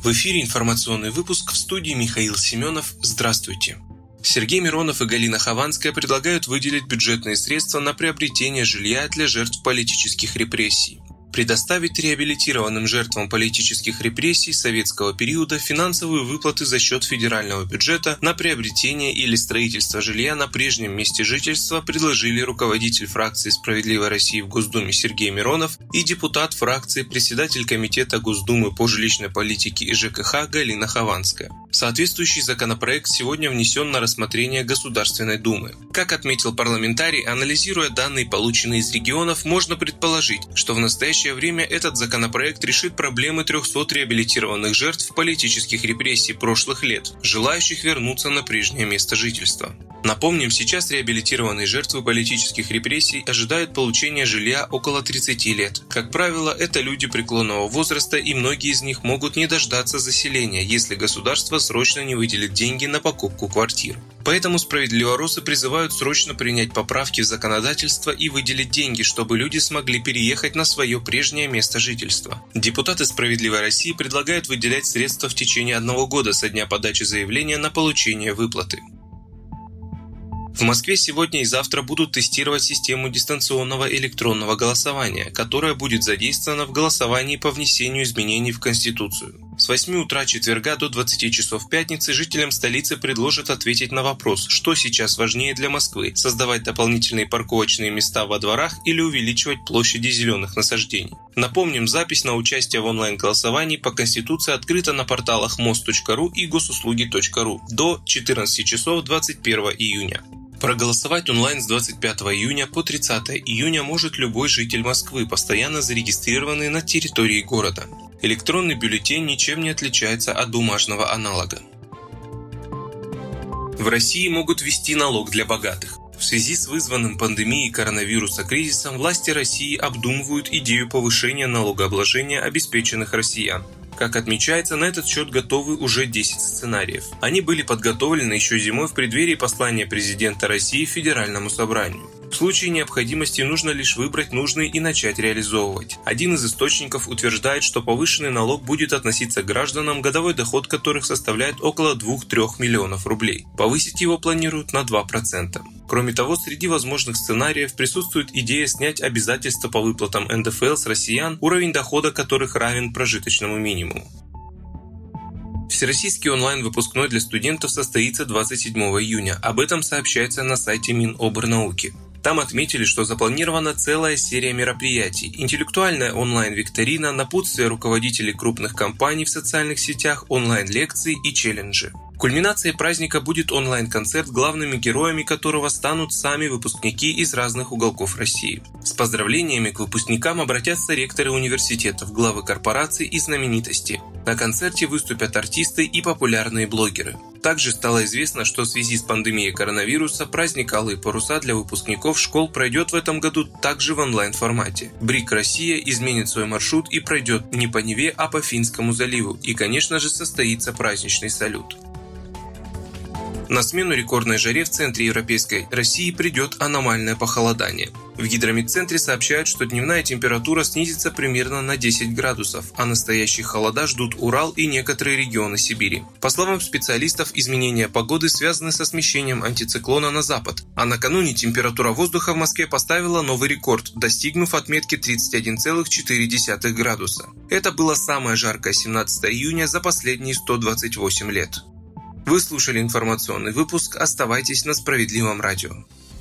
В эфире информационный выпуск, в студии Михаил Семенов. Здравствуйте. Сергей Миронов и Галина Хованская предлагают выделить бюджетные средства на приобретение жилья для жертв политических репрессий. Предоставить реабилитированным жертвам политических репрессий советского периода финансовые выплаты за счет федерального бюджета на приобретение или строительство жилья на прежнем месте жительства предложили руководитель фракции «Справедливой России» в Госдуме Сергей Миронов и депутат фракции, председатель Комитета Госдумы по жилищной политике и ЖКХ Галина Хованская. Соответствующий законопроект сегодня внесен на рассмотрение Государственной Думы. Как отметил парламентарий, анализируя данные, полученные из регионов, можно предположить, что в настоящее время этот законопроект решит проблемы 300 реабилитированных жертв политических репрессий прошлых лет, желающих вернуться на прежнее место жительства. Напомним, сейчас реабилитированные жертвы политических репрессий ожидают получения жилья около 30 лет. Как правило, это люди преклонного возраста, и многие из них могут не дождаться заселения, если государство срочно не выделит деньги на покупку квартир. Поэтому справедливоросы призывают срочно принять поправки в законодательство и выделить деньги, чтобы люди смогли переехать на свое прежнее место жительства. Депутаты «Справедливой России» предлагают выделять средства в течение 1 года со дня подачи заявления на получение выплаты. В Москве сегодня и завтра будут тестировать систему дистанционного электронного голосования, которая будет задействована в голосовании по внесению изменений в Конституцию. С 8 утра четверга до 20 часов пятницы жителям столицы предложат ответить на вопрос, что сейчас важнее для Москвы – создавать дополнительные парковочные места во дворах или увеличивать площади зеленых насаждений. Напомним, запись на участие в онлайн-голосовании по Конституции открыта на порталах most.ru и госуслуги.ру до 14 часов 21 июня. Проголосовать онлайн с 25 июня по 30 июня может любой житель Москвы, постоянно зарегистрированный на территории города. Электронный бюллетень ничем не отличается от бумажного аналога. В России могут ввести налог для богатых. В связи с вызванным пандемией коронавируса кризисом власти России обдумывают идею повышения налогообложения обеспеченных россиян. Как отмечается, на этот счет готовы уже 10 сценариев. Они были подготовлены еще зимой в преддверии послания президента России Федеральному собранию. В случае необходимости нужно лишь выбрать нужный и начать реализовывать. Один из источников утверждает, что повышенный налог будет относиться к гражданам, годовой доход которых составляет около 2-3 миллионов рублей. Повысить его планируют на 2%. Кроме того, среди возможных сценариев присутствует идея снять обязательства по выплатам НДФЛ с россиян, уровень дохода которых равен прожиточному минимуму. Всероссийский онлайн-выпускной для студентов состоится 27 июня. Об этом сообщается на сайте Минобрнауки. Там отметили, что запланирована целая серия мероприятий: интеллектуальная онлайн-викторина, напутствие руководителей крупных компаний в социальных сетях, онлайн-лекции и челленджи. Кульминацией праздника будет онлайн-концерт, главными героями которого станут сами выпускники из разных уголков России. С поздравлениями к выпускникам обратятся ректоры университетов, главы корпораций и знаменитости. На концерте выступят артисты и популярные блогеры. Также стало известно, что в связи с пандемией коронавируса праздник «Алые паруса» для выпускников школ пройдет в этом году также в онлайн-формате. БРИК «Россия» изменит свой маршрут и пройдет не по Неве, а по Финскому заливу. И, конечно же, состоится праздничный салют. На смену рекордной жаре в центре Европейской России придет аномальное похолодание. В гидрометцентре сообщают, что дневная температура снизится примерно на 10 градусов, а настоящие холода ждут Урал и некоторые регионы Сибири. По словам специалистов, изменения погоды связаны со смещением антициклона на запад, а накануне температура воздуха в Москве поставила новый рекорд, достигнув отметки 31,4 градуса. Это было самое жаркое 17 июня за последние 128 лет. Вы слушали информационный выпуск. Оставайтесь на Справедливом радио.